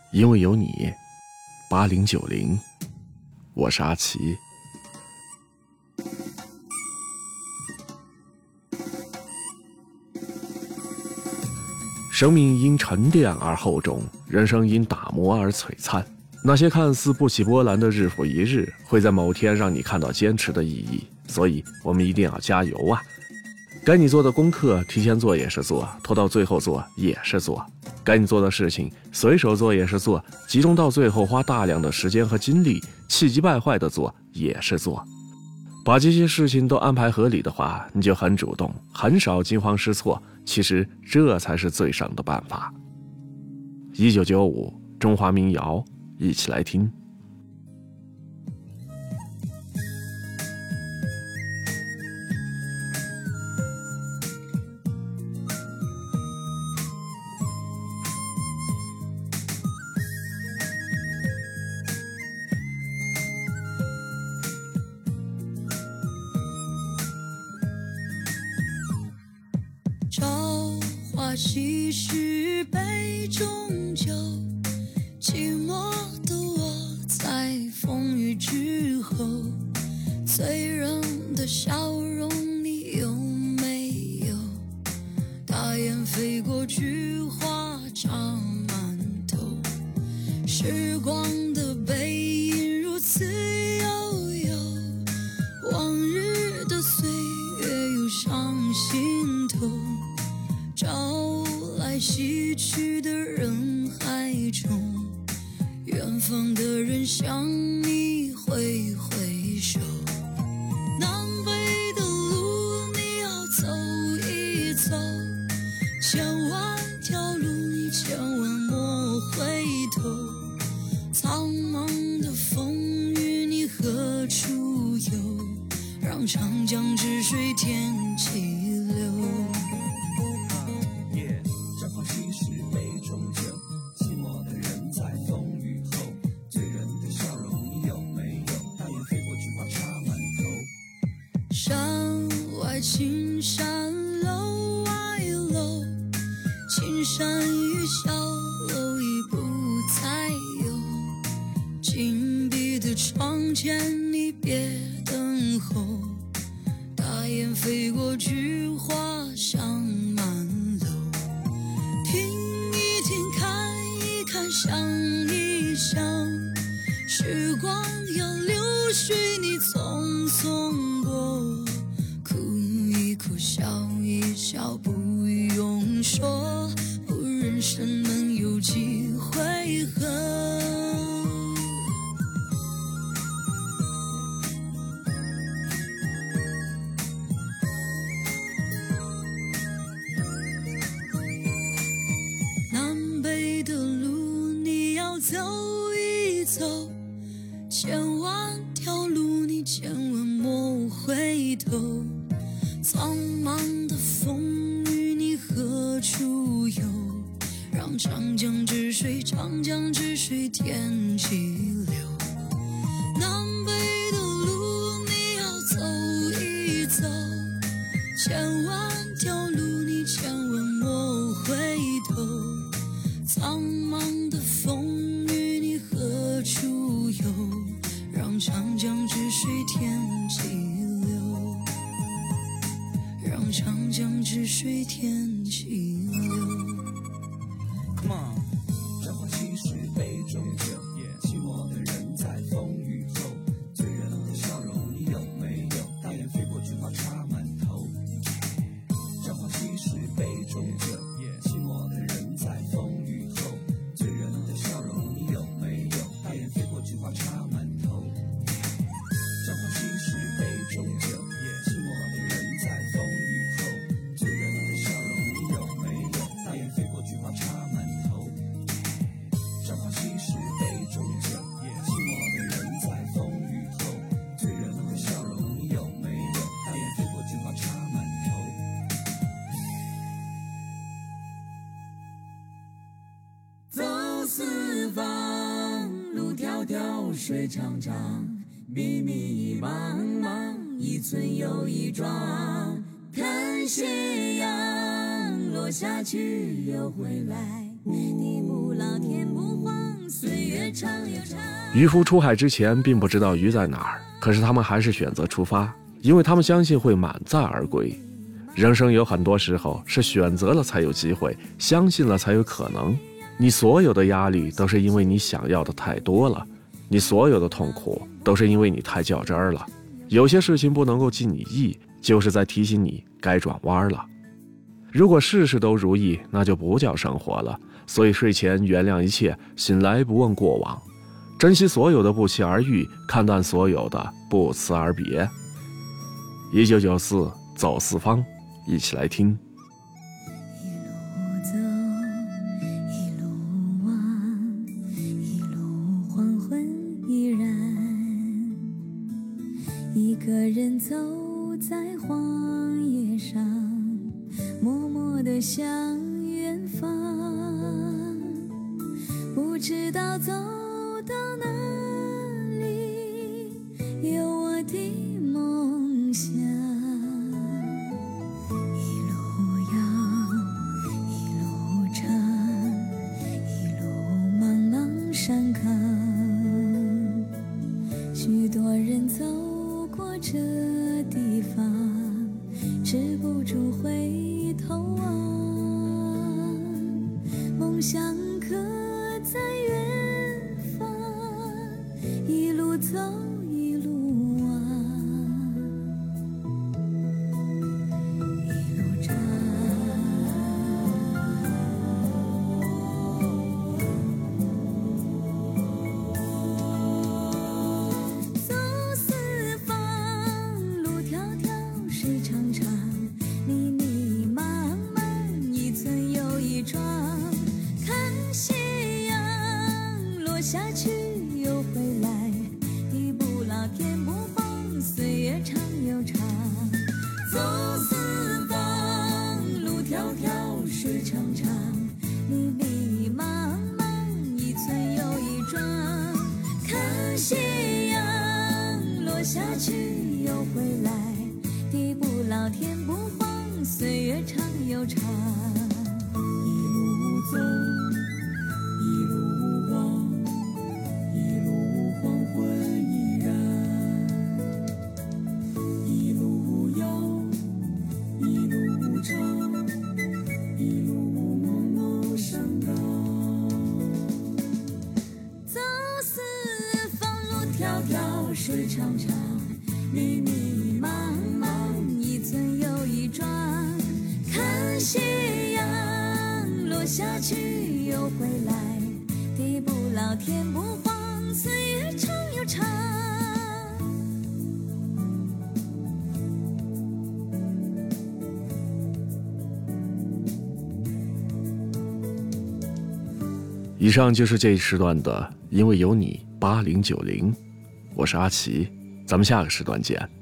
因为有你，8090，我是阿奇。生命因沉淀而厚重，人生因打磨而璀璨。那些看似不起波澜的日复一日，会在某天让你看到坚持的意义。所以我们一定要加油啊！该你做的功课提前做也是做，拖到最后做也是做。该你做的事情随手做也是做，集中到最后花大量的时间和精力，气急败坏的做也是做。把这些事情都安排合理的话，你就很主动，很少惊慌失措。其实这才是最省的办法。1995中华民谣，一起来听。 朝花夕拾杯中酒，寂寞的我在风雨之后，醉人的笑容你有没有？大雁飞过，菊花插满头，时光的背影如此悠悠，往日的岁月涌上心头，朝来夕去的人海中，远方的人向你挥挥手。南北的路你要走一走，千万条路你千万莫回头，苍茫的风雨你何处有？让长江之水天际流。山外青山楼外楼，青山与小楼已不再有，紧闭的窗前你别等候，大雁飞过，菊花香满楼，听一听看一看想一想，时光要流水你匆匆过，哭一哭笑一笑不用说，人生能有几回合。南北的路你要走一走，千万条路你千万莫回头，苍茫的风雨你何处有？让长江之水天际流。南北的路你要走一走，千万条路你千万莫回头，苍茫的风雨你何处有？让长江之水天际流，让长江之水天际流。 Come on， 朝花夕拾杯中酒，寂寞的人在风雨后，醉人的笑容你有没有？大雁飞过，菊花插满头。朝花夕拾杯中酒，寂寞的人在风雨后，醉人的笑容你有没有？大雁飞过，菊花插满头。朝花夕拾杯中酒，寂寞的人在风雨后，醉人的笑容你有没有？大雁飞过，菊花插满头。朝花夕拾杯中酒，寂寞的人在风雨后，醉人的笑容你有没有？大雁飞过，菊花插满头。走四方，路迢迢，水长长，迷迷茫茫，一村又一庄。看斜阳落下去又回来，地不老天不荒， 岁月长又长。 渔夫出海之前并不知道鱼在哪儿，可是他们还是选择出发，因为他们相信会满载而归。人生有很多时候是选择了才有机会，相信了才有可能。你所有的压力都是因为你想要的太多了，你所有的痛苦都是因为你太较真儿了。有些事情不能够尽你意，就是在提醒你该转弯了。如果事事都如意，那就不叫生活了。所以睡前原谅一切，醒来不问过往，珍惜所有的不期而遇，看淡所有的不辞而别。1994走四方，一起来听。 一路走，一路望，一路黄昏依然，一个人走在荒野上，默默地向远方，不知道走到哪里，有我的梦想。一路遥，一路长，一路茫茫山岗，许多人走过这地方，止不住回头望，梦想刻在远方，一路走一路望，一路长。走四方，路迢迢，水长长，迷迷茫茫，一村又一庄。看夕阳落下去又回来，地不老天不荒，岁月长又长。走四方，路迢迢，水长长，迷迷茫茫，一村又一庄。看夕阳落下去又回来，地不老天不荒，岁月长又长。 一路走，一路望，一路黄昏依然，一路遥，一路长，一路茫茫山岗。 走四方，路迢迢，水长长，迷迷茫茫，一村又一庄。看夕阳落下去又回来，地不老天不荒，岁月长又长。 以上就是这一时段的因为有你8090，我是阿奇，咱们下个时段见。